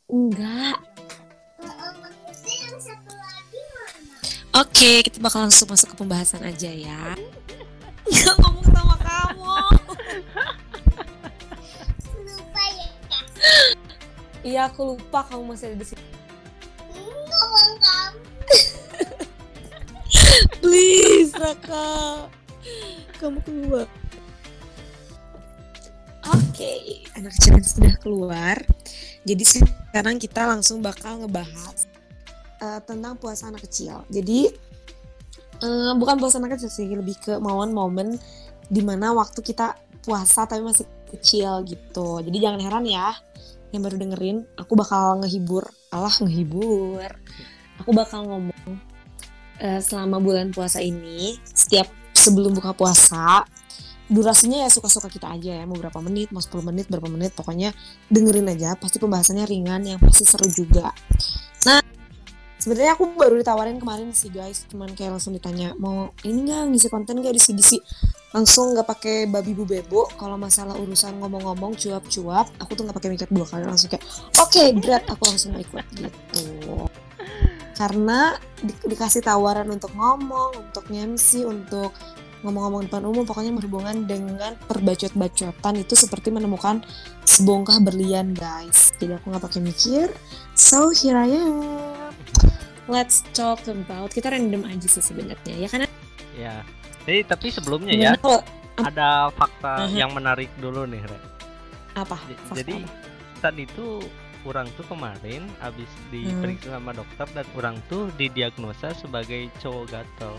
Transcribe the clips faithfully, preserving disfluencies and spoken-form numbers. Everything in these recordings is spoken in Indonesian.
Enggak. Oke, kita bakal langsung masuk ke pembahasan aja ya. Nggak ngomong sama kamu. Lupa ya. Iya, aku lupa kamu masih ada di sini. Ngomong kamu. Please, Raka. Kamu keluar. Oke, anak kecil sudah keluar. Jadi sekarang kita langsung bakal ngebahas uh, tentang puasa anak kecil. Jadi uh, bukan puasa anak kecil sih, lebih ke momen-momen dimana waktu kita puasa tapi masih kecil gitu. Jadi jangan heran ya yang baru dengerin, aku bakal ngehibur, alah ngehibur. Aku bakal ngomong uh, selama bulan puasa ini, setiap sebelum buka puasa, durasinya ya suka-suka kita aja ya, mau berapa menit, mau sepuluh menit, berapa menit, pokoknya dengerin aja, pasti pembahasannya ringan, yang pasti seru juga. Nah, sebenarnya aku baru ditawarin kemarin sih guys, cuman kayak langsung ditanya, mau ini nggak ngisi konten nggak di C D C, langsung nggak pakai babi bu bebo. Kalau masalah urusan ngomong-ngomong cuap-cuap, aku tuh nggak pakai mikir dua kali, langsung kayak oke okay, berat, aku langsung mau ikut gitu. Karena di, dikasih tawaran untuk ngomong, untuk M C, untuk ngomong-ngomong depan umum, pokoknya berhubungan dengan perbacot-bacotan itu seperti menemukan sebongkah berlian guys. Jadi aku nggak pakai mikir. So here I am. Let's talk about, kita random aja sih sebenarnya ya kan? Ya. Jadi tapi sebelumnya Gimana ya kalau, ada fakta uh-huh. yang menarik dulu nih, Re. Apa? Fakta Jadi apa? Tadi tuh orang tuh kemarin abis diperiksa hmm. sama dokter dan orang tuh didiagnosa sebagai cowok gatel.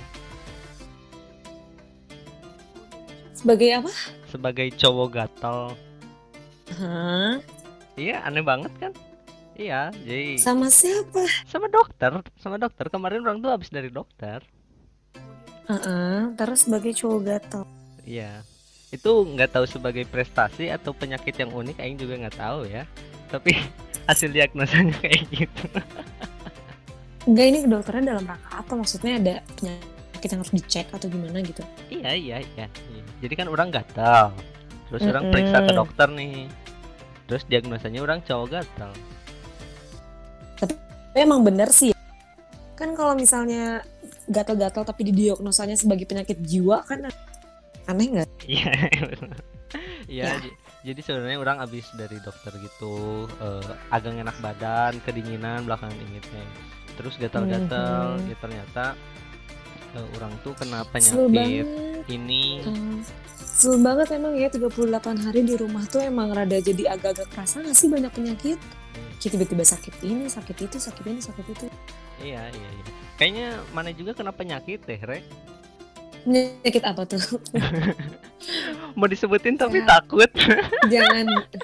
Sebagai apa? Sebagai cowok gatel. Hah? Iya, aneh banget kan? Iya, jadi sama siapa? Sama dokter, sama dokter. Kemarin orang tuh habis dari dokter. Uh-uh, terus sebagai cowok gatel. Iya, itu nggak tahu sebagai prestasi atau penyakit yang unik, Aing juga nggak tahu ya. Tapi hasil diagnosanya kayak gitu. Enggak, ini dokternya dalam rangka apa? Maksudnya ada penyakit yang harus dicek atau gimana gitu? Iya, iya, iya. iya. Jadi kan orang gatal. Terus mm-mm. orang periksa ke dokter nih. Terus diagnosanya orang cowok gatal. Tapi emang bener sih. Kan kalau misalnya gatal-gatal tapi didiagnosanya sebagai penyakit jiwa kan aneh nggak? Iya. Iya. Jadi sebenarnya orang abis dari dokter gitu, uh, agak enak badan, kedinginan belakangan ini teh. Terus gatal-gatal, mm-hmm. ya ternyata uh, orang tuh kena penyakit ini. Hmm. Sulit banget emang ya, tiga puluh delapan hari di rumah tuh emang rada jadi agak-agak kerasa gak sih banyak penyakit? Kita tiba-tiba sakit ini, sakit itu, sakit ini, sakit itu. Iya, iya, iya. Kayaknya mana juga kena penyakit deh, Re. Penyakit apa tuh? Mau disebutin tapi sehat. Takut. Jangan.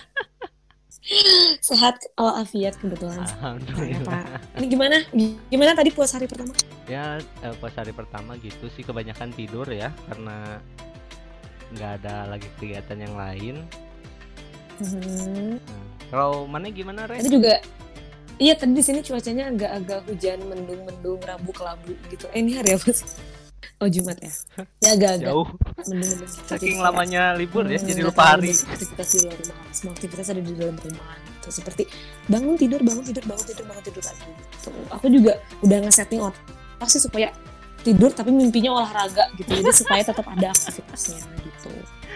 Sehat walafiat kebetulan. Alhamdulillah. Ini gimana? Gimana tadi puasa hari pertama? Ya, eh, puasa hari pertama gitu sih, kebanyakan tidur ya, karena nggak ada lagi kegiatan yang lain. Mm-hmm. Nah, kalau mana gimana, Re? Tadi juga, iya tadi di sini cuacanya agak-agak hujan, mendung-mendung, rabu kelabu gitu. Eh ini hari apa sih? Oh Jumat ya? Ya agak-agak jauh. Mendung-mendung gitu. Saking jadi lamanya libur ya, hmm, jadi lupa hari. Aktivitas di luar rumah, semua aktivitas ada di dalam rumah gitu. Seperti bangun tidur, bangun tidur, bangun tidur, bangun tidur lagi gitu. Aku juga udah nge-setting otak sih supaya tidur tapi mimpinya olahraga gitu. Jadi supaya tetap ada aktivitasnya gitu.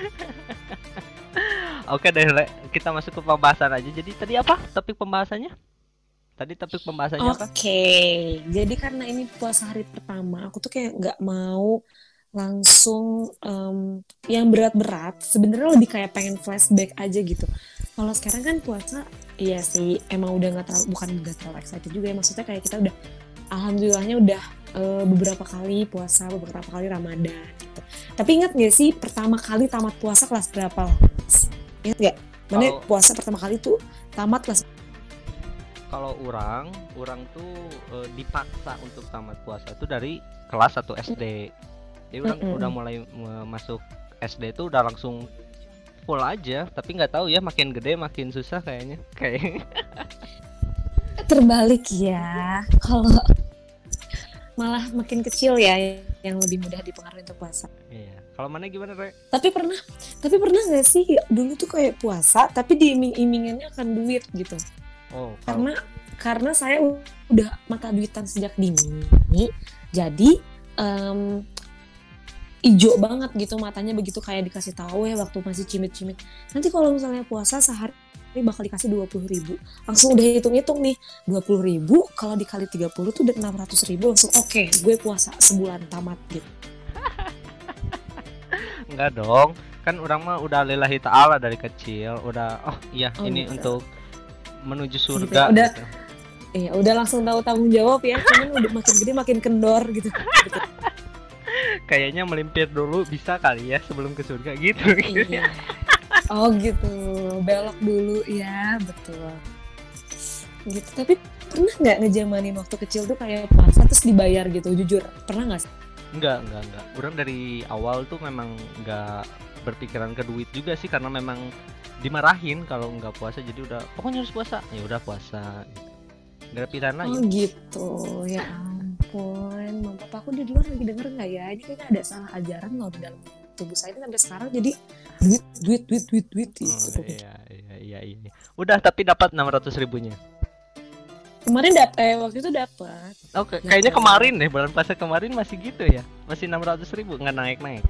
Oke deh, Le. Kita masuk ke pembahasan aja. Jadi tadi apa topik pembahasannya? Tadi topik pembahasannya okay. apa? Oke, jadi karena ini puasa hari pertama, aku tuh kayak nggak mau langsung um, yang berat-berat. Sebenarnya lebih kayak pengen flashback aja gitu. Kalau sekarang kan puasa, iya sih emang udah nggak terlalu, bukan nggak terlalu excited juga ya. Maksudnya kayak kita udah, alhamdulillahnya udah uh, beberapa kali puasa, beberapa kali Ramadan gitu. Tapi ingat nggak sih pertama kali tamat puasa kelas berapa? Ingat nggak? Mana oh. puasa pertama kali tuh tamat kelas? Kalau orang, orang tuh e, dipaksa untuk tamat puasa tuh dari kelas satu S D. Jadi orang mm-hmm. udah mulai m- masuk S D tuh udah langsung full aja. Tapi nggak tahu ya, makin gede makin susah kayaknya. Kayak terbalik ya. Kalau malah makin kecil ya yang lebih mudah dipengaruhi untuk puasa. Iya. Kalau mana gimana, Re? Tapi pernah, tapi pernah nggak sih dulu tuh kayak puasa, tapi diiming-imingannya akan duit gitu? Oh, kalau karena karena saya udah mata duitan sejak dini, jadi em, ijo banget gitu matanya begitu kayak dikasih tahu ya waktu masih cimit-cimit. Nanti kalau misalnya puasa sehari bakal dikasih dua puluh ribu. Langsung udah hitung-hitung nih, dua puluh ribu kalau dikali tiga puluh tuh udah enam ratus ribu. Langsung oke, okay, gue puasa sebulan tamat gitu. enggak dong. Kan orang mah udah lillahi ta'ala dari kecil, udah oh iya Oh, ini gitu. untuk menuju Gitu surga ya, udah gitu. Iya, udah langsung tahu tanggung jawab ya. Cuman udah makin gede makin kendor gitu. Gitu. Kayaknya melimpir dulu bisa kali ya sebelum ke surga gitu. Iya. Oh gitu, belok dulu ya, betul. Gitu. Tapi pernah nggak ngejamanin waktu kecil tuh kayak puasa terus dibayar gitu? Jujur, pernah nggak sih? Enggak, enggak, enggak. Orang dari awal tuh memang enggak berpikiran ke duit juga sih karena memang dimarahin kalau enggak puasa jadi udah pokoknya harus puasa. Ya udah puasa gitu. Enggak ada pilihan lain. Oh gitu, ya ampun. Mama papa aku di luar lagi denger nggak ya? Ini kayaknya ada salah ajaran loh di dalam tubuh saya ini sampai sekarang jadi duit, duit, duit, duit, duit gitu. Oh, iya, iya, iya, iya. Udah tapi dapat enam ratus ribunya. Kemarin dapet, eh, waktu itu dapat. Oke, Ya, kayaknya Pak. kemarin deh bulan puasa kemarin masih gitu ya. Masih enam ratus ribu nggak naik-naik.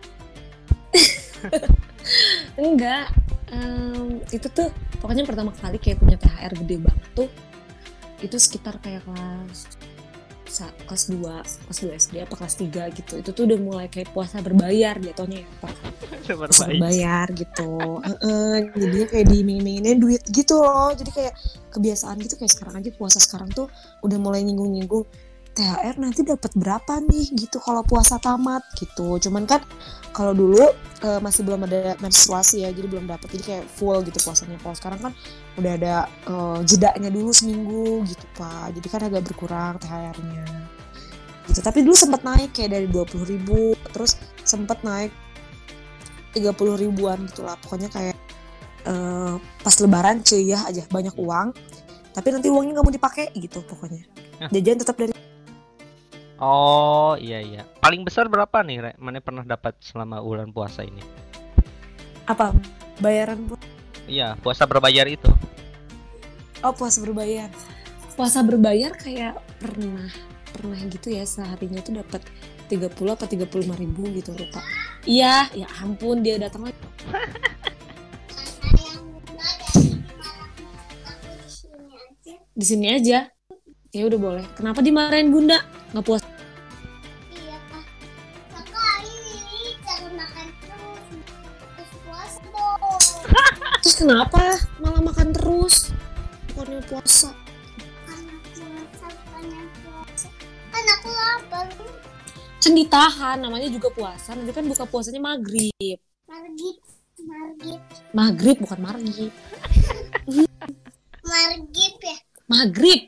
Enggak, em, itu tuh pokoknya pertama kali kayak punya T H R gede banget tuh. Itu sekitar kayak kelas sa- kelas dua, kelas dua S D apa kelas tiga gitu. Itu tuh udah mulai kayak puasa berbayar jatuhnya ya, Pak. Puasa Seberbaik. berbayar gitu. Heeh, jadinya kayak diiming-imingin duit gitu loh. Jadi kayak kebiasaan gitu kayak sekarang aja puasa sekarang tuh udah mulai nyinggung-nyinggung T H R nanti dapat berapa nih gitu kalau puasa tamat gitu. Cuman kan kalau dulu eh, masih belum ada menstruasi ya, jadi belum dapat. Jadi kayak full gitu puasanya. Kalau sekarang kan udah ada eh, jedanya dulu seminggu gitu, Pak. Jadi kan agak berkurang T H R-nya. Gitu. Tapi dulu sempat naik kayak dari dua puluh ribu, terus sempat naik tiga puluh ribuan gitu lah. Pokoknya kayak eh, pas lebaran ceyah aja banyak uang. Tapi nanti uangnya nggak mau dipakai gitu pokoknya. Hah. Jajan tetap dari Oh, iya iya. Paling besar berapa nih, Re? Mana pernah dapat selama bulan puasa ini? apa? Bayaran buat Iya, puasa berbayar itu. oh puasa berbayar. Puasa berbayar kayak pernah pernah gitu ya seharinya tuh dapat tiga puluh apa tiga puluh lima ribu gitu lupa. Iya, ya ampun dia datang lagi. Karena yang bunda dari malam aku di sini aja. Di sini aja. Ya udah boleh. Kenapa dimarahin Bunda? Nggak puas. Iya kak. Kakak ini jangan makan terus. Terus puasa dong. Terus kenapa malah makan terus? Bukannya puasa. Karena puasa, karena puasa. Kan aku lapar. Kan ditahan, namanya juga puasa. Nanti kan buka puasanya maghrib. Margit, margit, Maghrib bukan margib. margit ya. Maghrib.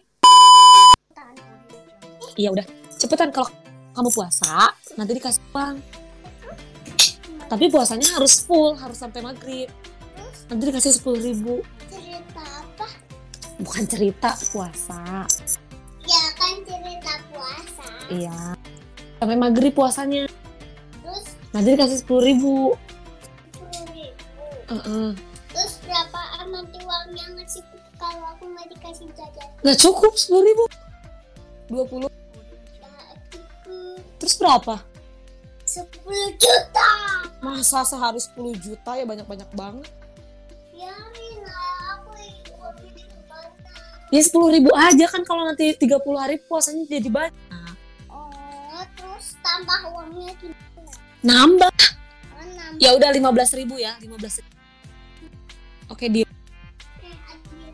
Iya udah. Cepetan kalau kamu puasa, nanti dikasih uang. Tapi puasanya harus full, harus sampai maghrib. Nanti dikasih sepuluh ribu. Cerita apa? Bukan cerita, puasa. Ya kan cerita puasa. Iya. Sampai maghrib puasanya. Terus Nanti dikasih sepuluh ribu. sepuluh ribu. Uh-uh. Terus berapa amat uang yang ngasih kalau aku nggak dikasih jajan? Nggak cukup sepuluh ribu. dua puluh. Nggak cukup. Terus berapa? sepuluh juta. Masa sehari sepuluh juta ya banyak-banyak banget. Ya Rina, aku uangnya itu banyak. Ya sepuluh ribu aja kan kalau nanti tiga puluh hari puasanya jadi banyak. Oh, terus tambah uangnya gimana? Nambah. Oh, nambah. Ya udah lima belas ribu ya, lima belas ribu. Oke, di Kayak Adrian.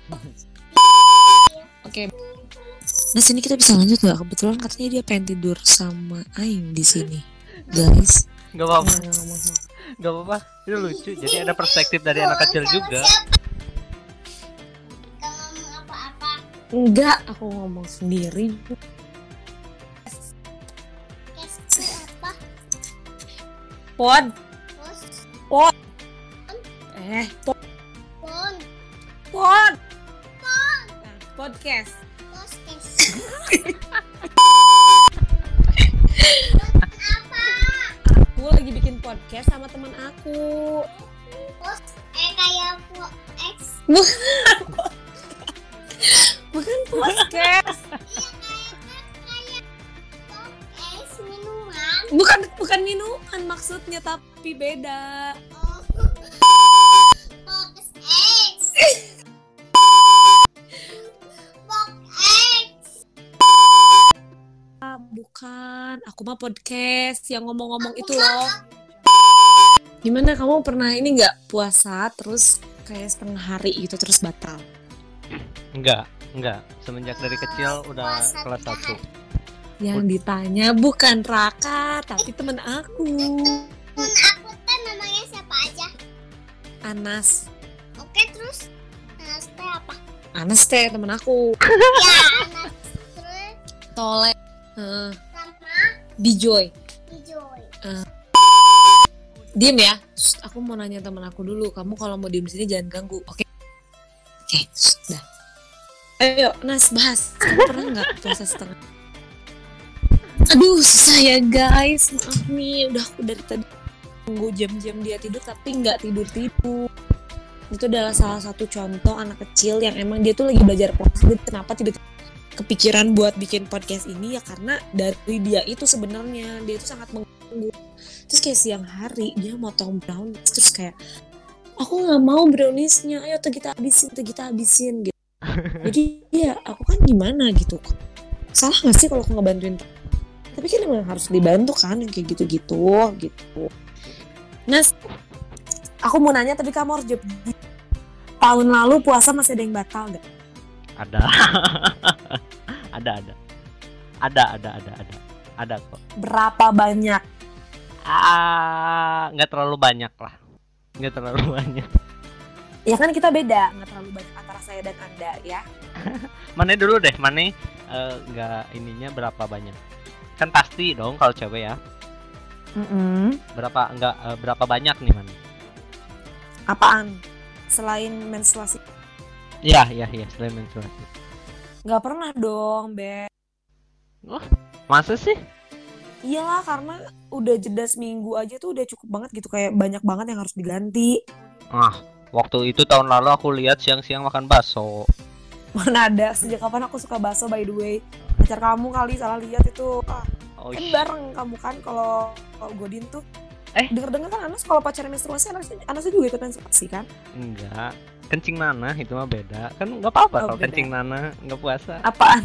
Oke. Nah, sini kita bisa lanjut nggak? Kebetulan katanya dia pengen tidur sama Aing di sini. Guys, Gak apa-apa, nggak ngomong sama. gak apa-apa. Itu lucu. Jadi ada perspektif dari anak kecil Sama juga. siapa? Gak ngomong apa-apa. Enggak, aku ngomong sendiri. Kes apa? Pod, Terus eh, pod, pon, pod. Nah, podcast. terus kes. Apa? Aku lagi bikin podcast sama teman aku. Terus eh kayak po X. Podcast. Es minuman. Bukan bukan minuman maksudnya, tapi beda. Oh. Box X. Box X. Ah, bukan, aku mah podcast yang ngomong-ngomong itu loh. Gimana kamu pernah ini nggak puasa terus kayak setengah hari gitu terus batal? Enggak, enggak. Semenjak dari kecil udah Puasa kelas tiga satu. Yang ditanya bukan Raka, tapi temen aku, Temen aku teh namanya siapa aja? Anas. Oke, terus Anas teh apa? Anas teh temen aku. Ya, Anas terus Tole, uh, sama Bijoy. Joy. Diem ya. Shh, aku mau nanya temen aku dulu. Kamu kalau mau diem di sini jangan ganggu, oke? Oke, shh, dah. Ayo, Nas bahas. Kamu pernah nggak puasa setengah? Aduh, susah ya guys. Maaf nih, udah aku dari tadi tunggu jam-jam dia tidur tapi nggak tidur tidur. Itu adalah salah satu contoh anak kecil yang emang dia tuh lagi belajar puasa. Jadi kenapa tiba-tiba kepikiran buat bikin podcast ini ya karena dari dia itu sebenarnya dia itu sangat mengganggu. Terus kayak siang hari dia motong brownies terus kayak aku nggak mau browniesnya, ayo tuh kita habisin, tuh kita habisin gitu. Jadi ya aku kan gimana gitu, salah nggak sih kalau aku ngebantuin? Tapi kan emang harus dibantu kan yang kayak gitu-gitu gitu. Nas, aku mau nanya tapi kamu harus jawab. Tahun lalu puasa masih ada yang batal nggak? Ada. ada, ada. Ada, ada, ada, ada. Ada kok. Berapa banyak? Ah, nggak terlalu banyak lah. Nggak terlalu banyak. Ya kan kita beda, nggak terlalu banyak antara saya dan Anda ya. Mana dulu deh, mana eh, nggak ininya berapa banyak? Kan pasti dong kalau cewek ya. Mm-mm. Berapa nggak eh, berapa banyak nih man? Apaan? Selain menstruasi? Iya, iya, iya, selain menstruasi. Nggak pernah dong, Be. Masa sih? Iyalah, karena udah jeda seminggu aja tuh udah cukup banget gitu. Kayak banyak banget yang harus diganti. Ah, waktu itu tahun lalu aku lihat siang-siang makan bakso. Mana ada, sejak kapan aku suka bakso by the way. Pacar kamu kali salah lihat itu. Ah, Oh, kan ish. bareng kamu kan kalau kalau Godin tuh. Eh? Denger-denger kan Anas kalau pacarnya menstruasi, Anasnya, Anasnya juga ikut menstruasi kan? Enggak. Kencing nanah itu mah beda. Kan nggak apa-apa Oh, kalau beda. kencing nanah nggak puasa. Apaan?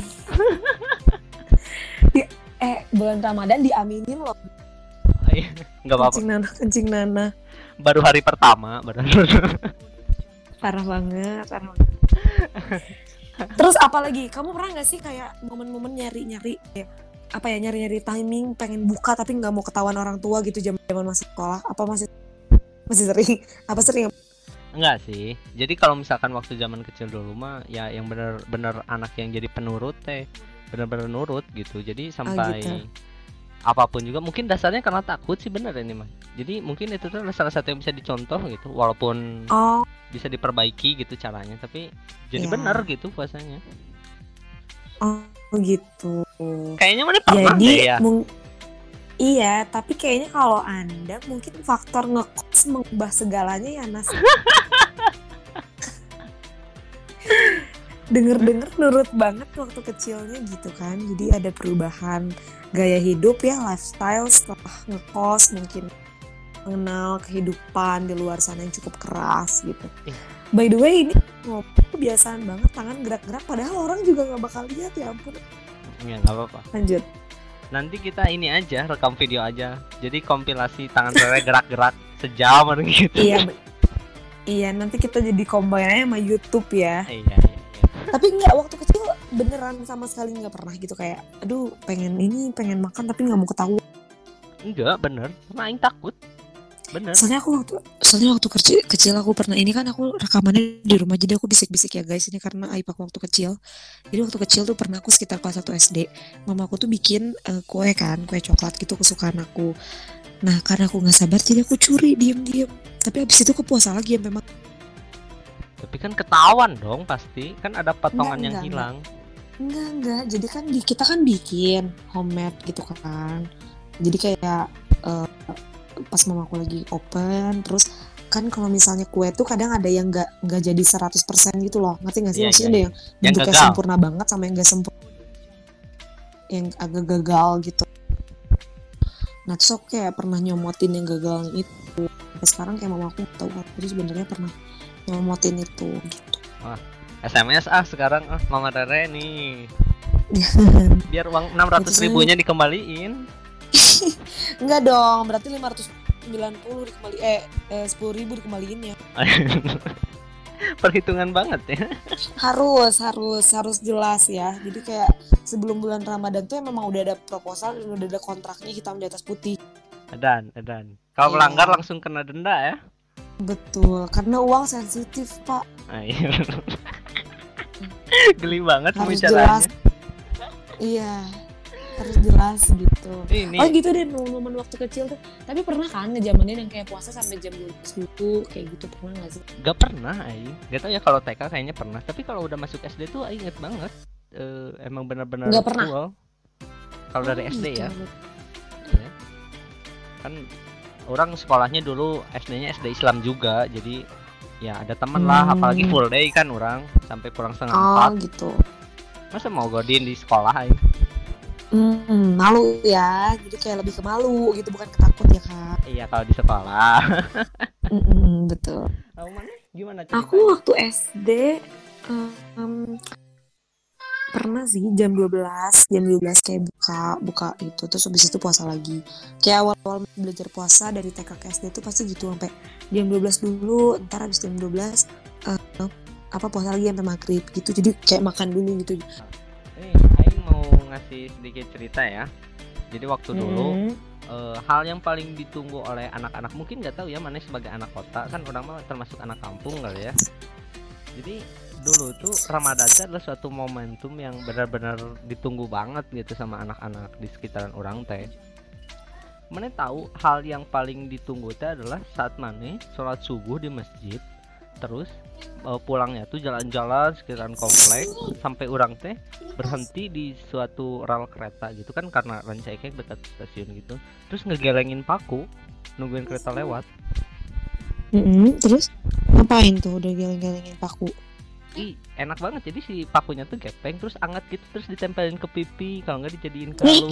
Di- eh, bulan Ramadan diaminin loh. Nggak apa-apa. Kencing nanah, kencing nanah. Baru hari pertama, baru. Parah banget, parah banget. Terus apa lagi? Kamu pernah nggak sih kayak momen-momen nyari-nyari ya, apa ya nyari-nyari timing pengen buka tapi nggak mau ketahuan orang tua gitu zaman masih sekolah? Apa masih masih sering? Apa sering? Enggak sih. Jadi kalau misalkan waktu zaman kecil dulu mah ya yang bener-bener anak yang jadi penurut teh bener-bener nurut gitu. Jadi sampai gitu. apapun juga mungkin dasarnya karena takut sih bener ini mah. Jadi mungkin itu tuh salah satu yang bisa dicontoh gitu walaupun Oh, bisa diperbaiki gitu caranya tapi jadi Ya. bener gitu puasanya. oh gitu. Kayaknya mana pernah Jadi deh ya. mung- iya, tapi kayaknya kalau Anda mungkin faktor ngekos mengubah segalanya ya Nas. Denger-denger nurut banget waktu kecilnya gitu kan. Jadi ada perubahan gaya hidup ya, lifestyle setelah ngekos, mungkin mengenal kehidupan di luar sana yang cukup keras gitu. Eh. By the way, ini ngomong kebiasaan banget tangan gerak-gerak padahal orang juga nggak bakal lihat ya ampun. Ya nggak apa-apa. Lanjut. Nanti kita ini aja rekam video aja. Jadi kompilasi tangan Rere gerak-gerak sejam gitu. Iya, be- iya nanti kita jadi combine aja sama YouTube ya. Iya, iya, iya. Tapi nggak, waktu kecil beneran sama sekali nggak pernah gitu kayak, aduh pengen ini, pengen makan tapi nggak mau ketahuan. Enggak, bener. Karena aing takut. Bener. Soalnya aku waktu, soalnya waktu kecil, kecil aku pernah ini kan aku rekamannya di rumah jadi aku bisik-bisik ya guys ini karena Aipak waktu kecil. Jadi waktu kecil tuh pernah aku sekitar kelas satu S D, mama aku tuh bikin eh, kue kan, kue coklat gitu kesukaan aku. Nah karena aku nggak sabar jadi aku curi diem-diem. Tapi abis itu aku puasa lagi ya memang. Tapi kan ketahuan dong pasti. Kan ada potongan Enggak, yang enggak, hilang. Enggak enggak, jadi kan di, kita kan bikin homemade gitu kan. Jadi kayak eh, pas mama aku lagi open terus kan kalau misalnya kue tuh kadang ada yang nggak nggak jadi seratus persen gitu loh, ngerti nggak sih? Iya, Maksudnya iya, ada iya. yang Yang bentuknya gagal. sempurna banget sama yang nggak sempurna, yang agak gagal gitu. Nah terus aku kayak pernah nyomotin yang gagal itu. Sampai sekarang kayak mama aku tahu aku tuh sebenarnya pernah nyomotin itu gitu. S M S ah sekarang ah Mama Rere nih. Biar uang enam ratus Itu ribunya dikembaliin. Enggak dong, berarti lima ratus sembilan puluh dikembali eh, eh sepuluh ribu dikembaliin ya. Perhitungan banget ya. Harus, harus, harus jelas ya. Jadi kayak sebelum bulan Ramadan tuh memang udah ada proposal dan udah ada kontraknya hitam di atas putih. Edan, edan. Kalau Iya. melanggar langsung kena denda ya. Betul, karena uang sensitif Pak. Ah, iya. Geli banget Harus pembicaranya. jelas. Iya, harus jelas gitu. Ini Oh gitu deh momen waktu kecil tuh. Tapi pernah kan ngejamanin yang kayak puasa sampai jam dua belas gitu, kayak gitu pernah nggak sih? gak pernah Aing. Gak tau ya kalau T K kayaknya pernah. Tapi kalau udah masuk S D tuh Aing inget banget. Eh, emang benar-benar Nggak pernah? full. Kalau dari Oh, S D gitu. ya. Ya. Kan orang sekolahnya dulu S D-nya S D Islam juga, jadi ya ada temen lah, Hmm. apalagi full day kan orang sampai pulang setengah Oh empat. gitu. Masa mau godin di sekolah Aing? Hmm, malu ya. Jadi kayak lebih ke malu gitu, bukan ketakut ya kak. Iya kalau di sekolah. Mm-mm, betul. Tahu mana? Gimana ceritanya? Aku waktu S D em, pernah sih jam dua belas jam dua belas kayak buka buka itu, terus habis itu puasa lagi. Kayak awal-awal belajar puasa dari T K ke S D itu pasti gitu, sampai jam dua belas dulu, ntar habis jam dua belas eh, apa puasa lagi sampai maghrib gitu. Jadi kayak makan dulu gitu. Nih, Aing mau ngasih sedikit cerita ya. Jadi waktu dulu Hmm. eh, hal yang paling ditunggu oleh anak-anak, mungkin nggak tahu ya, mana sebagai anak kota kan orang mah termasuk anak kampung kali ya. Jadi dulu tuh Ramadan itu adalah suatu momentum yang benar-benar ditunggu banget gitu sama anak-anak di sekitaran orang teh. Mana tahu hal yang paling ditunggu teh adalah saat mana sholat subuh di masjid, terus eh, pulangnya tuh jalan-jalan sekitaran komplek sampai orang teh berhenti di suatu rel kereta gitu kan, karena Rancaikek dekat stasiun gitu, terus ngegelengin paku nungguin kereta lewat. Mm-mm, terus ngapain tuh udah geleng-gelengin paku? Ih, enak banget. Jadi si pakunya tuh gepeng terus anget gitu, terus ditempelin ke pipi, kalau nggak dijadiin kalung.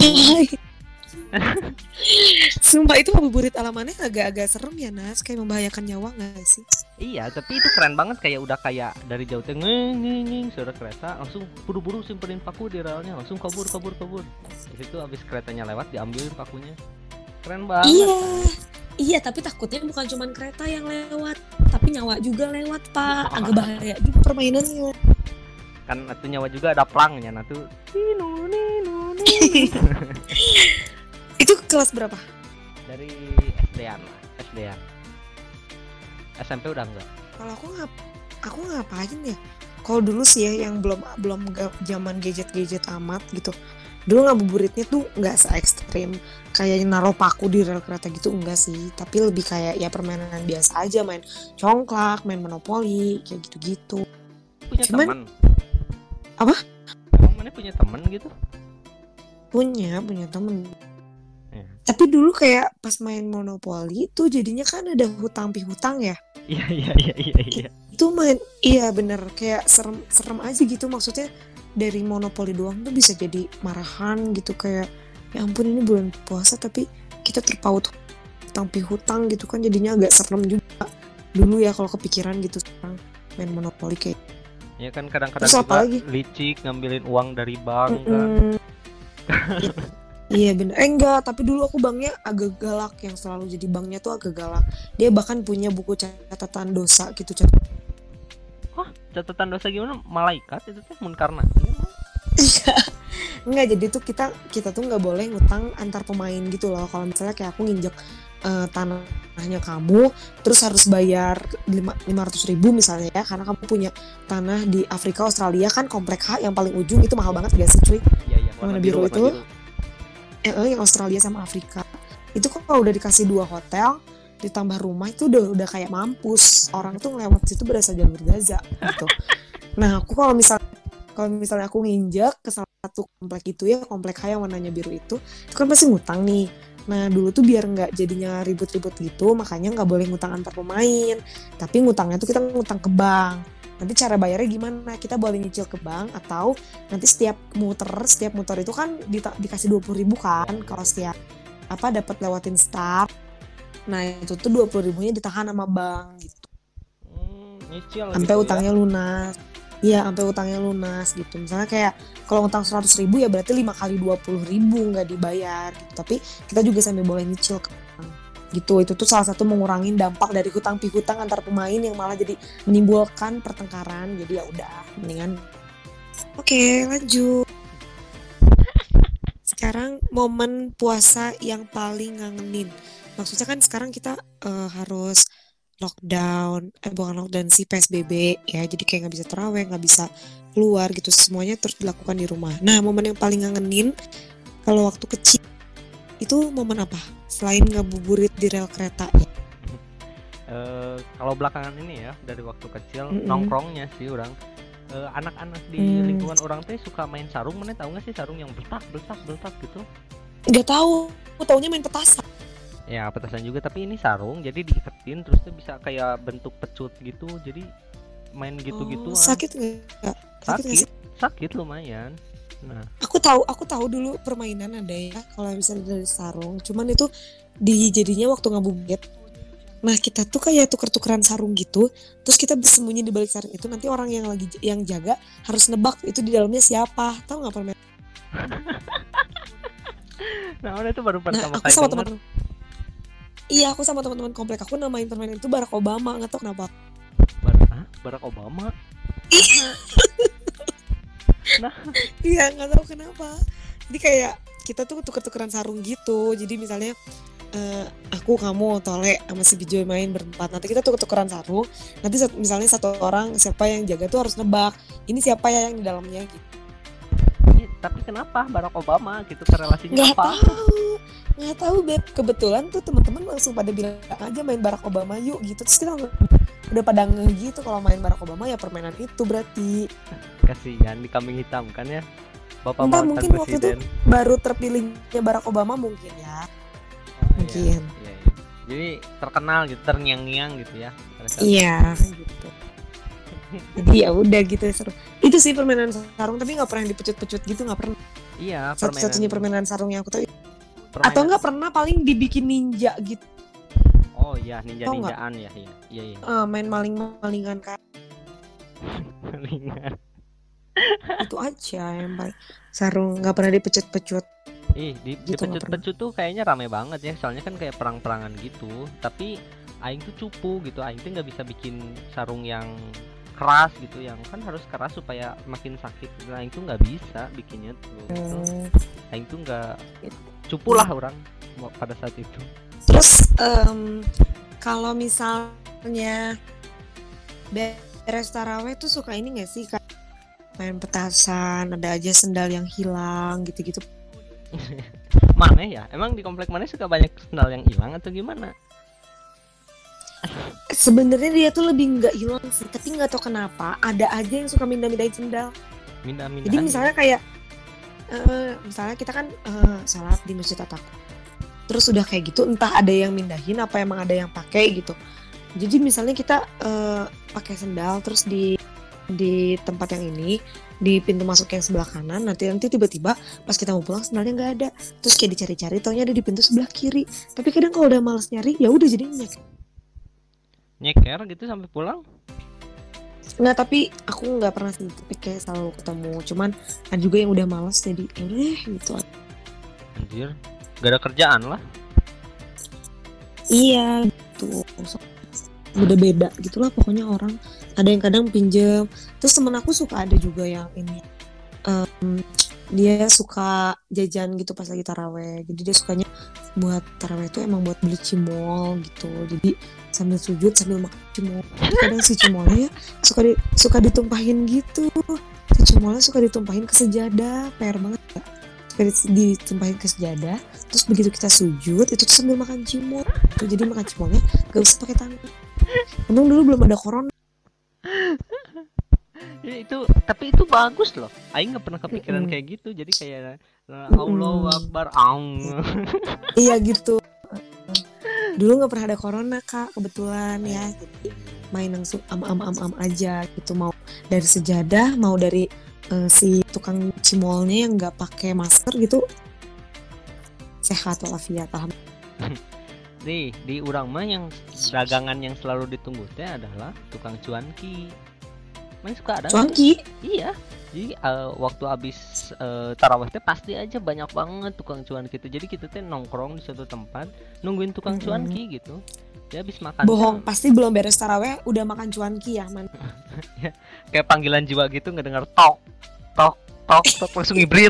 Sumpah itu ngabuburit alamannya agak-agak serem ya Nas, kayak membahayakan nyawa nggak sih? Iya, tapi itu keren banget, kayak udah kayak dari jauh teh ngeng ngeng ngeng suara kereta, langsung buru-buru simpenin paku di relnya, langsung kabur kabur kabur. Di situ abis keretanya lewat diambilin pakunya. Keren banget. Iya, iya tapi takutnya bukan cuma kereta yang lewat, tapi nyawa juga lewat Pak, agak bahaya juga permainannya. Kan itu nyawa juga ada plangnya, nah tuh ninu ninu ninu. Itu kelas berapa? Dari S D-an lah, S D-an. S M P udah enggak. Kalau aku ngap, aku ngapain ya? Kalau dulu sih ya yang belum belum ga- zaman gadget-gadget amat gitu. Dulu ngabuburitnya tuh nggak se ekstrim kayak naruh paku di rel kereta gitu, enggak sih. Tapi lebih kayak ya permainan biasa aja, main congklak, main monopoli, kayak gitu-gitu. Punya Cuman- teman. Apa? Emang mana punya teman gitu? Punya, punya temen. Ya. Tapi dulu kayak pas main monopoli tuh jadinya kan ada hutang pihutang ya. Iya iya iya iya iya. Itu main, iya bener, kayak serem serem aja gitu, maksudnya dari monopoli doang tuh bisa jadi marahan gitu, kayak ya ampun ini bulan puasa tapi kita terpaut hutang pihutang gitu kan, jadinya agak serem juga dulu ya kalau kepikiran gitu sekarang main monopoli kayak. Ya kan kadang-kadang Terus apa juga lagi? licik ngambilin uang dari bank kan. Mm-mm. Iya bener, eh enggak, tapi dulu aku banknya agak galak, yang selalu jadi banknya tuh agak galak. Dia bahkan punya buku catatan dosa gitu, cat- Hah, catatan dosa gimana? Malaikat itu teh mun karena. Enggak, jadi tuh kita kita tuh nggak boleh ngutang antar pemain gitu loh. Kalau misalnya kayak aku nginjek eh, tanahnya kamu, terus harus bayar lima ratus ribu misalnya ya, karena kamu punya tanah di Afrika Australia kan, komplek H yang paling ujung itu mahal banget gak sih cuy? Iya iya, Warna biru itu? Eh, eh, yang Australia sama Afrika itu kok kalau udah dikasih dua hotel ditambah rumah itu udah udah kayak mampus, orang tuh ngelewat situ berasa jalur Gaza gitu. Nah aku kalau misal kalau misalnya aku nginjek ke salah satu komplek itu ya, komplek H yang warnanya biru itu itu kan pasti ngutang nih. Nah dulu tuh biar nggak jadinya ribut-ribut gitu, makanya nggak boleh ngutang antar pemain. Tapi ngutangnya tuh kita ngutang ke bank. Nanti cara bayarnya gimana? Kita boleh nyicil ke bank atau nanti setiap muter, setiap muter itu kan dita- dikasih dua puluh ribu kan kalau setiap apa dapat lewatin start. Nah itu tuh dua puluh ribunya ditahan sama bank gitu. Hmm, nyicil Sampai gitu utangnya ya. lunas. Iya, sampai utangnya lunas gitu. Misalnya kayak kalau utang seratus ribu ya berarti lima kali dua puluh ribu nggak dibayar gitu. Tapi kita juga sampai boleh nyicil ke bank gitu. Itu tuh salah satu mengurangi dampak dari hutang pihutang antar pemain yang malah jadi menimbulkan pertengkaran. Jadi ya udah, mendingan. Oke, lanjut. Sekarang momen puasa yang paling ngangenin. Maksudnya kan sekarang kita eh, harus lockdown, eh bukan lockdown sih P S B B ya. Jadi kayak nggak bisa terawih, nggak bisa keluar gitu. Semuanya terus dilakukan di rumah. Nah, momen yang paling ngangenin kalau waktu kecil itu momen apa? Selain ngabuburit di rel kereta ya. Eh, kalau belakangan ini ya dari waktu kecil Mm-mm. nongkrongnya sih orang eh, anak-anak di Hmm. lingkungan orang teh suka main sarung. Mana tahu nggak sih sarung yang beletak beletak beletak gitu? Nggak tahu, aku taunya main petasan. Ya petasan juga tapi ini sarung jadi diiketin terus tuh bisa kayak bentuk pecut gitu jadi main Oh, gitu-gituan. sakit nggak? Sakit nggak sih? Sakit, sakit lumayan. Nah, Aku tahu, aku tahu dulu permainan ada ya kalau misalnya dari sarung. Cuman itu di jadinya waktu ngabuburit. Nah kita tuh kayak tuker-tukeran sarung gitu. Terus kita bersembunyi di balik sarung itu. Nanti orang yang lagi yang jaga harus nebak itu di dalamnya siapa. Tahu nggak permainan? nah udah itu baru Nah pertama aku kali sama denger. teman-teman. Iya aku sama teman-teman komplek aku namain permainan itu Barack Obama. Nggak tahu kenapa. Bar- Hah? Barack Obama. Nah, Iya nggak tahu kenapa. Jadi kayak kita tuh tuker-tukeran sarung gitu. Jadi misalnya eh, aku kamu Tole sama si Bijoy main berempat. Nanti kita tuker-tukeran sarung. Nanti sat- misalnya satu orang siapa yang jaga tuh harus nebak. Ini siapa ya yang di dalamnya gitu. iya, tapi kenapa Barack Obama gitu korelasinya Nggak apa? tahu, nggak tahu Beb. Kebetulan tuh teman-teman langsung pada bilang aja main Barack Obama yuk gitu. Terus kita nge- udah pada ngeh gitu kalau main Barack Obama ya permainan itu berarti. Kasihan di kambing hitam kan ya. Bapak Entah mantan mungkin waktu itu presiden. baru terpilihnya Barack Obama mungkin ya. Oh, Mungkin. Iya, iya. Jadi terkenal gitu, terngiang-ngiang gitu ya. pada saat Iya gitu. Jadi ya udah gitu seru. Itu sih permainan sarung tapi nggak pernah dipecut-pecut gitu nggak pernah. Iya, Satu-satunya permainan, permainan sarung yang aku tahu. permainan. Atau nggak pernah paling dibikin ninja gitu. Oh iya, Tau nggak? ninja-ninjaan ya, iya. Iya, iya. Eh, main maling-malingan kan. Ringan. Itu aja yang paling sarung nggak pernah dipecut-pecut Ih, di gitu nggak pernah. dipecut-pecut tuh kayaknya rame banget ya. Soalnya kan kayak perang-perangan gitu. Tapi aing tuh cupu gitu. Aing tuh nggak bisa bikin sarung yang keras gitu, yang kan harus keras supaya makin sakit. Nah, aing tuh nggak bisa bikinnya tuh. Gitu. Hmm. Aing tuh nggak cupu lah orang mo- pada saat itu. Terus em, kalau misalnya beres taraweh tuh suka ini nggak sih kayak main petasan, ada aja sendal yang hilang gitu-gitu. Mana ya? Emang di komplek mana suka banyak sendal yang hilang atau gimana? Sebenarnya dia tuh lebih nggak hilang sih, tapi nggak tahu kenapa ada aja yang suka mindah-mindahin sendal. Mindah-mindahan. Jadi misalnya kayak eh, misalnya kita kan eh, sholat di masjid Ataku. Terus udah kayak gitu entah ada yang mindahin apa emang ada yang pakai gitu. Jadi misalnya kita eh, pakai sendal terus di di tempat yang ini di pintu masuk yang sebelah kanan, nanti nanti tiba-tiba pas kita mau pulang sendalnya nggak ada, terus kayak dicari-cari taunya ada di pintu sebelah kiri. Tapi kadang kalau udah males nyari ya udah jadi nyek. nyeker gitu sampai pulang. Nah tapi aku nggak pernah sih, tapi kayak selalu ketemu. Cuman ada juga yang udah males jadi ya udah deh gitu. Anjir, gak ada kerjaan lah. Iya gitu. So, beda-beda gitulah pokoknya orang. Ada yang kadang pinjem. Terus temen aku suka ada juga yang ini. em, dia suka jajan gitu pas lagi taraweh. Jadi dia sukanya buat taraweh itu emang buat beli cimol gitu. Jadi sambil sujud sambil makan cimol. Kadang si cimolnya suka di, suka ditumpahin gitu. Si cimolnya suka ditumpahin ke sejadah. P R banget ya. Suka di- ditumpahin ke sejadah. Terus begitu kita sujud itu tuh sambil makan cimol. Tuh, jadi makan cimolnya gak usah pakai tangan. Untung dulu belum ada corona. Ih, Ya, itu tapi itu bagus loh. Aing nggak pernah kepikiran Mm-mm. kayak gitu. Jadi kayak uh, Mm-mm. Allahu Akbar, aung. Iya gitu. Dulu nggak pernah ada corona kak, kebetulan ya. Jadi main langsung am am am am aja gitu, mau dari sejadah, mau dari eh, si tukang cimolnya yang nggak pakai masker gitu, sehat walafiat alhamdulillah. Nih di urang mah yang dagangan yang selalu ditunggu teh adalah tukang cuanki. Mana suka ada? Cuanki. Iya. Jadi uh, waktu habis uh, tarawih teh pasti aja banyak banget tukang cuanki gitu. Jadi kita teh nongkrong di suatu tempat nungguin tukang Mm-mm. cuanki gitu. Dia habis makan. Bohong, teh, pasti belum beres taraweh udah makan cuanki ya man. kayak panggilan jiwa gitu ngedengar tok tok tok tok langsung hibrid.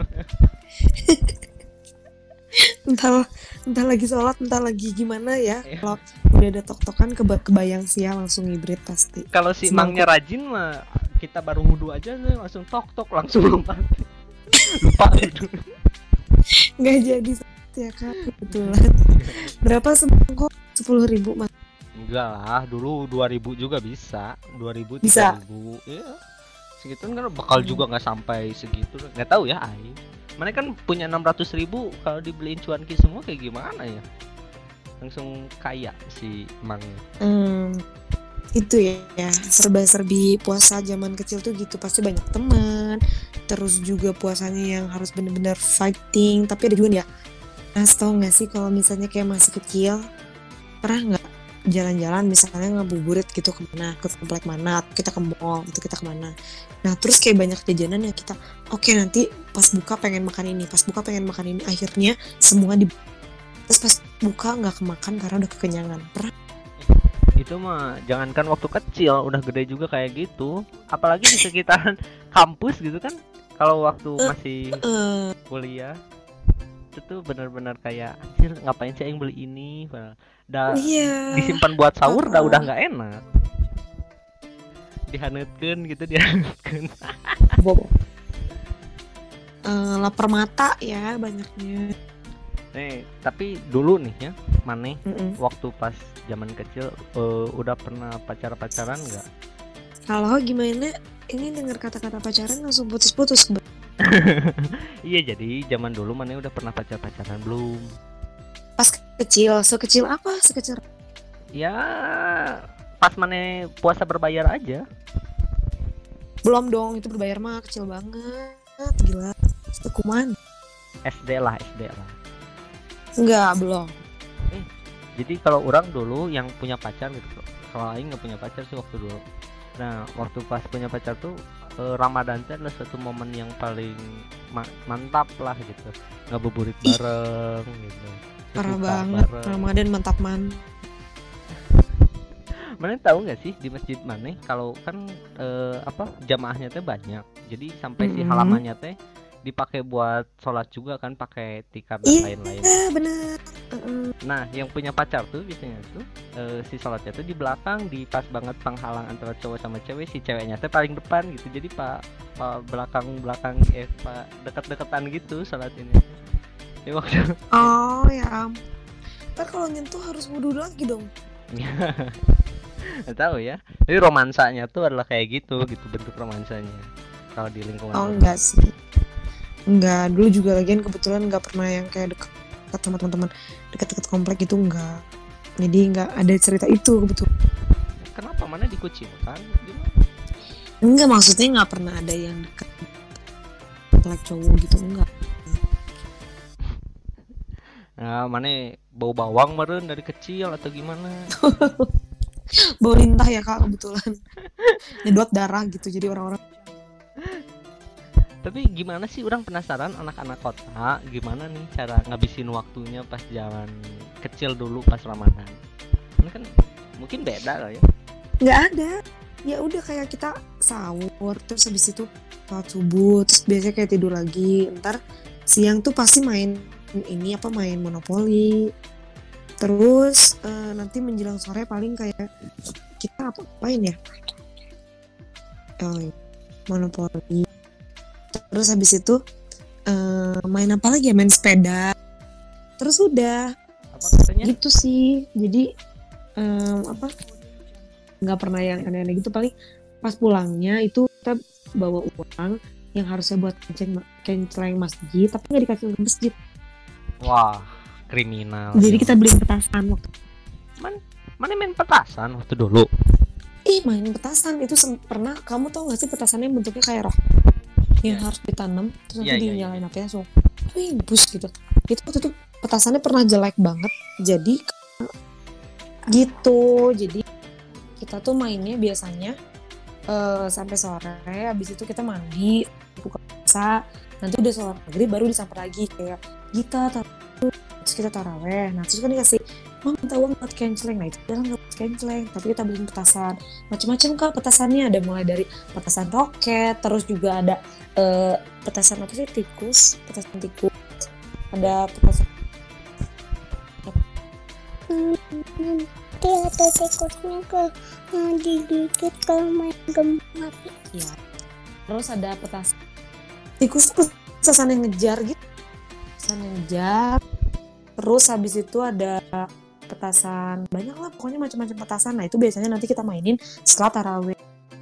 Entah entah lagi sholat, entah lagi gimana ya. Iya. Kalau udah ada tok-tokan keba- kebayang sih ya, langsung hibrid pasti. Kalau si Semangkuk. mangnya rajin mah kita baru wudhu aja tuh langsung tok tok langsung lupa. Lupa gitu. Nggak jadi ya kak, kebetulan. Berapa semangkuk? Sepuluh ribu mas. Enggak lah, dulu dua ribu juga bisa. dua ribu, Bisa. tiga ribu. Iya. Segitu kan bakal juga nggak sampai segitu. Nggak tahu ya, Ai. Mana kan punya enam ratus ribu, kalau dibeliin cuanki semua kayak gimana ya? Langsung kaya si Mangnya. Hmm, itu ya, ya serba-serbi puasa zaman kecil tuh gitu, pasti banyak teman. Terus juga puasanya yang harus bener-bener fighting, tapi ada juga ya. Nah, tau nggak sih kalau misalnya kayak masih kecil, pernah nggak jalan-jalan misalnya ngabuburit gitu kemana, ke komplek mana, atau kita ke mall, gitu kita kemana. Nah terus kayak banyak jajanan yang kita, oke okay, nanti pas buka pengen makan ini, pas buka pengen makan ini, akhirnya semua di, terus pas buka nggak kemakan karena udah kekenyangan. Pernah? Itu mah jangankan waktu kecil, udah gede juga kayak gitu. Apalagi di sekitaran kampus gitu kan. Kalau waktu masih Uh, kuliah itu tuh benar-benar kayak anjir ngapain sih yang beli ini, dah iya. disimpan buat sahur dah Uh-uh. udah nggak enak, dihanutkeun gitu dihanutkeun. Bobo. Uh, lapar mata ya banyaknya. Nih tapi dulu nih ya Maneh Mm-mm. waktu pas zaman kecil uh, udah pernah pacar-pacaran nggak? Kalau gimana? Ini dengar kata-kata pacaran langsung putus-putus. Iya jadi zaman dulu Maneh udah pernah pacar-pacaran belum? Pas kecil, sekecil apa? Sekecil Ya pas Maneh puasa berbayar aja. belum dong, itu berbayar mah kecil banget, gila. Sekuman? S D lah S D lah. Enggak, belum. Jadi kalau orang dulu yang punya pacar gitu, kalau Aing nggak punya pacar sih waktu dulu. Nah waktu pas punya pacar tuh eh, Ramadan itu adalah suatu momen yang paling ma- mantap lah gitu, ngabuburit bareng gitu. Parah Berbuka banget, bareng. Ramadan mantap man. Mana tahu nggak sih di masjid Maneh kalau kan eh, apa jamaahnya teh banyak, jadi sampai si Mm-mm. halamannya teh dipakai buat sholat juga kan, pakai tikar dan Iya, lain-lain. bener. Uh-uh. Nah, yang punya pacar tuh biasanya tuh eh, si sholatnya tuh di belakang, di pas banget penghalang antara cowok sama cewek, si ceweknya tuh paling depan gitu. Jadi pak pa belakang-belakang eh pak dekat-dekatan gitu sholat ini. Ya waktu Oh ya, ntar kalau nyentuh harus wudhu lagi dong. nggak tahu ya. Tapi romansanya tuh adalah kayak gitu, gitu bentuk romansanya. Kalau di lingkungan. Oh rumah. enggak sih, enggak. Dulu juga lagian kebetulan nggak pernah yang kayak dekat sama teman-teman, dekat-dekat komplek itu enggak. Jadi nggak ada cerita itu kebetulan. Kenapa mana dikucilkan? Gimana? Enggak, maksudnya nggak pernah ada yang dekat komplek cowok gitu, enggak. Nah, mana bau bawang meren dari kecil atau gimana? Bau lintah ya kak kebetulan. Nyedot darah gitu, jadi orang-orang. Tapi gimana sih, orang penasaran anak-anak kota gimana nih cara ngabisin waktunya pas zaman kecil dulu pas Ramadan. Ini kan mungkin beda lah ya. Nggak ada, ya udah kayak kita sahur terus habis itu sholat subuh, terus biasanya kayak tidur lagi. Ntar siang tuh pasti main ini apa main monopoli. Terus eh, nanti menjelang sore paling kayak kita apa apain ya? Oh, iya. Monopoli. Terus habis itu eh, main apa lagi ya? Main sepeda. Terus udah Apa katanya? gitu sih. Jadi em, apa? Nggak pernah yang aneh-aneh gitu, paling pas pulangnya itu kita bawa uang yang harusnya buat kenceng kenceleng masjid tapi nggak dikasih ke masjid. Wah, kriminal. Jadi ya. kita beli petasan waktu. Man, mana main petasan waktu dulu? Ih main petasan itu sem- pernah kamu tau nggak sih petasannya bentuknya kayak roh yang Ya. harus ditanam terus Iya, nanti iya, dinyalain apinya langsung wih bus gitu. Itu waktu itu petasannya pernah jelek banget jadi gitu. Jadi kita tuh mainnya biasanya eh, sampai sore, habis itu kita mandi, buka puasa, nanti udah sholat maghrib baru disamper lagi kayak kita taruh, terus kita taraweh, nah terus kan dikasih mau minta uang buat kenceleng, nah itu bilang nggak buat kenceleng, tapi kita beliin petasan, macam-macam kak petasannya, ada mulai dari petasan roket, terus juga ada eh, petasan apa sih tikus, petasan tikus, ada petasan Nanti ada tikusnya ke yang digigit kalau main gembang api. ya, terus ada petasan tikus tuh petasan yang ngejar gitu, petasan yang ngejar. Terus habis itu ada petasan banyak lah pokoknya macam-macam petasan. Nah itu biasanya nanti kita mainin setelah taraweh.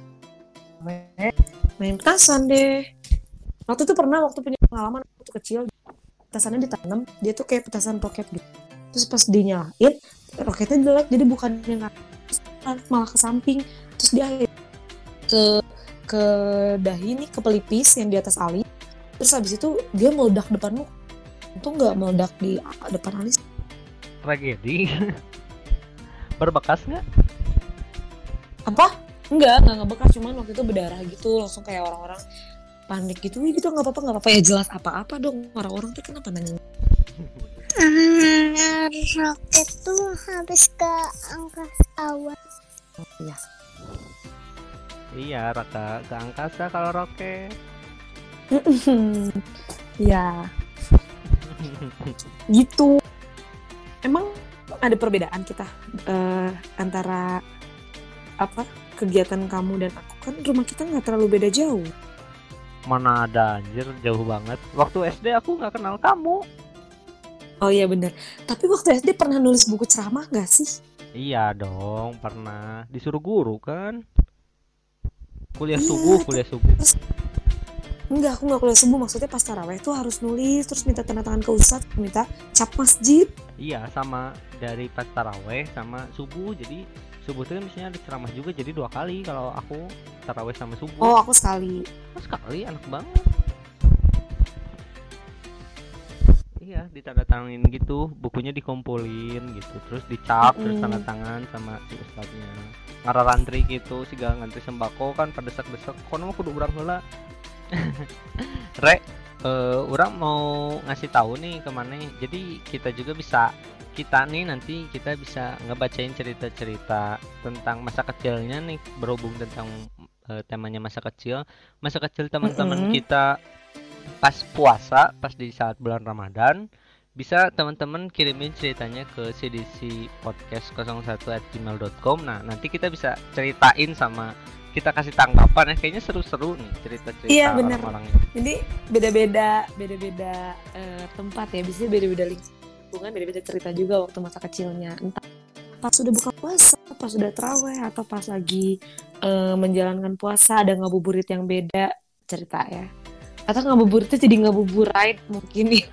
Main petasan deh. Waktu itu pernah waktu punya pengalaman waktu kecil petasannya ditanam dia tuh kayak petasan roket gitu. Terus pas dinyalain roketnya jelek jadi bukan yang malah ke samping. Terus dia ke ke dahi nih ke pelipis yang di atas alis. Terus habis itu dia meledak depan muka. Itu nggak meledak di depan alis. Tragedi. Berbekas nggak? Apa? Enggak, enggak ngebekas, cuman waktu itu berdarah gitu, langsung kayak orang-orang panik gitu. Wih gitu nggak apa-apa, nggak apa-apa ya jelas apa-apa dong. Orang-orang tuh kenapa nanya? Ah, roket tuh habis ke angkasa awan. Iya. Iya, rata ke angkasa kalau roket. Iya. Gitu. Emang ada perbedaan kita eh, antara apa kegiatan kamu dan aku, kan rumah kita nggak terlalu beda jauh. Mana ada anjir, jauh banget. Waktu S D aku nggak kenal kamu. Oh iya bener. Tapi waktu S D pernah nulis buku ceramah nggak sih? Iya dong, pernah disuruh guru kan. Kuliah Iya, subuh, kuliah subuh. terus enggak, aku nggak kuliah subuh, maksudnya pas taraweh tuh harus nulis, terus minta tanda tangan ke ustadz, minta cap masjid. Iya, sama dari pas taraweh sama subuh. Jadi subuh itu kan biasanya ada ceramah juga, jadi dua kali kalau aku taraweh sama subuh. Oh aku sekali. Oh, sekali, enak banget. Iya, ditandatanganin gitu, bukunya dikumpulin gitu, terus dicap, terus Mm-mm. tanda tangan sama si ustadznya. Ngararantri gitu, siga ngantri sembako kan pada desek-desek, kono mah kudu urang heula. Rek, eh urang mau ngasih tahu nih kemana. Jadi kita juga bisa, kita nih nanti kita bisa ngebacain cerita-cerita tentang masa kecilnya nih, berhubung tentang eh, temanya masa kecil. Masa kecil teman-teman Mm-mm. kita pas puasa, pas di saat bulan Ramadan, bisa teman-teman kirimin ceritanya ke c d c podcast nol satu at gmail dot com. Nah, nanti kita bisa ceritain sama kita kasih tanggapan ya. Kayaknya seru-seru nih cerita-cerita Iya, bener. orang-orang. Jadi beda-beda, beda-beda eh, tempat ya, biasanya beda-beda lingkungan, beda-beda cerita juga waktu masa kecilnya. Entah pas sudah buka puasa, pas sudah terawih, atau pas lagi eh, menjalankan puasa ada ngabuburit yang beda cerita ya. Atau ngabuburitnya jadi ngabuburit mungkin ya.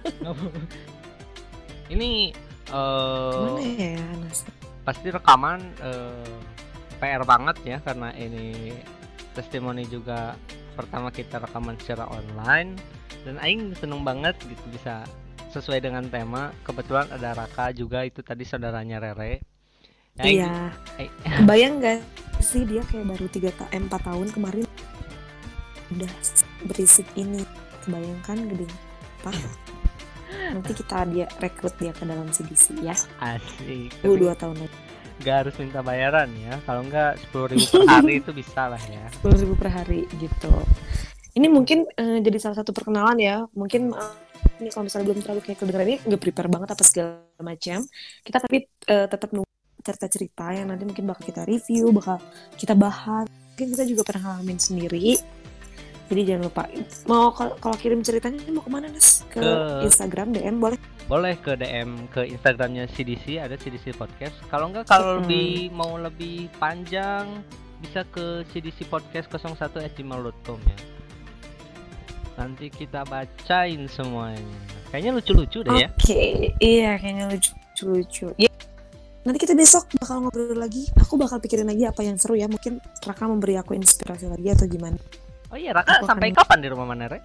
Ini eh Gimana ya Nas? pasti rekaman eh, P R banget ya, karena ini testimoni juga pertama kita rekaman secara online, dan aing seneng banget gitu bisa sesuai dengan tema. Kebetulan ada Raka juga, itu tadi saudaranya Rere. Ya, aing- Iya. aing- Bayang gak sih dia kayak baru tiga ta- empat tahun kemarin udah berisik ini. Kebayangkan gede apa? Nanti kita dia rekrut dia ke dalam C D C ya. asik. Dua Tapi dua tahun lagi. nggak harus minta bayaran ya. Kalau nggak sepuluh ribu per hari itu bisa lah ya. sepuluh ribu per hari gitu. Ini mungkin eh, jadi salah satu perkenalan ya. Mungkin eh, ini kalau misalnya belum terlalu kayak kedengeran ini nggak prepare banget apa segala macam. Kita tapi eh, tetap nunggu cerita-cerita yang nanti mungkin bakal kita review, bakal kita bahas. Mungkin kita juga pernah ngalamin sendiri. Jadi jangan lupa mau kalau kalau kirim ceritanya mau kemana Nas? Ke, Ke- Instagram D M boleh. Boleh ke D M ke Instagramnya C D C, ada C D C Podcast. Kalau nggak, kalau Mm-mm. lebih mau lebih panjang bisa ke c d c podcast nol satu at gmail dot com ya. Nanti kita bacain semuanya. Kayaknya lucu-lucu deh ya. Oke, iya kayaknya lucu-lucu. Ya. Nanti kita besok bakal ngobrol lagi. Aku bakal pikirin lagi apa yang seru ya. Mungkin Raka memberi aku inspirasi lagi atau gimana. Oh iya, Raka Aku sampai akan- kapan di rumah Manere?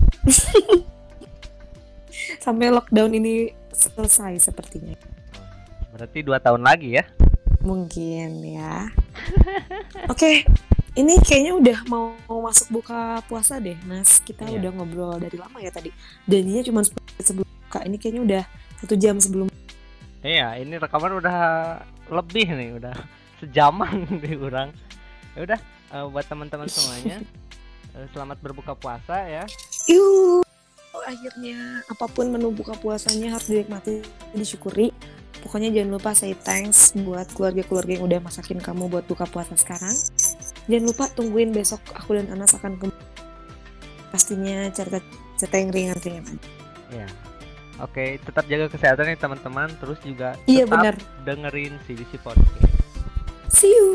Sampai lockdown ini selesai sepertinya. Berarti dua tahun lagi ya. Mungkin ya. Oke, ini kayaknya udah mau, mau masuk buka puasa deh, Nas. Kita Iya. udah ngobrol dari lama ya tadi. Janjinya cuma sepuluh menit sebelum buka. Ini kayaknya udah satu jam sebelum. Iya, ini rekaman udah lebih nih, udah sejaman di orang. Ya udah, eh, buat teman-teman semuanya, eh, selamat berbuka puasa ya. Yuh, akhirnya apapun menu buka puasanya harus dinikmati, disyukuri. Pokoknya jangan lupa say thanks buat keluarga-keluarga yang udah masakin kamu buat buka puasa sekarang. Jangan lupa tungguin besok aku dan Anas akan kembali. Pastinya cerita-cerita yang ringan-ringan. Iya. Oke, tetap jaga kesehatan nih teman-teman, terus juga Iya tetap benar. dengerin C D C Podcast. See you.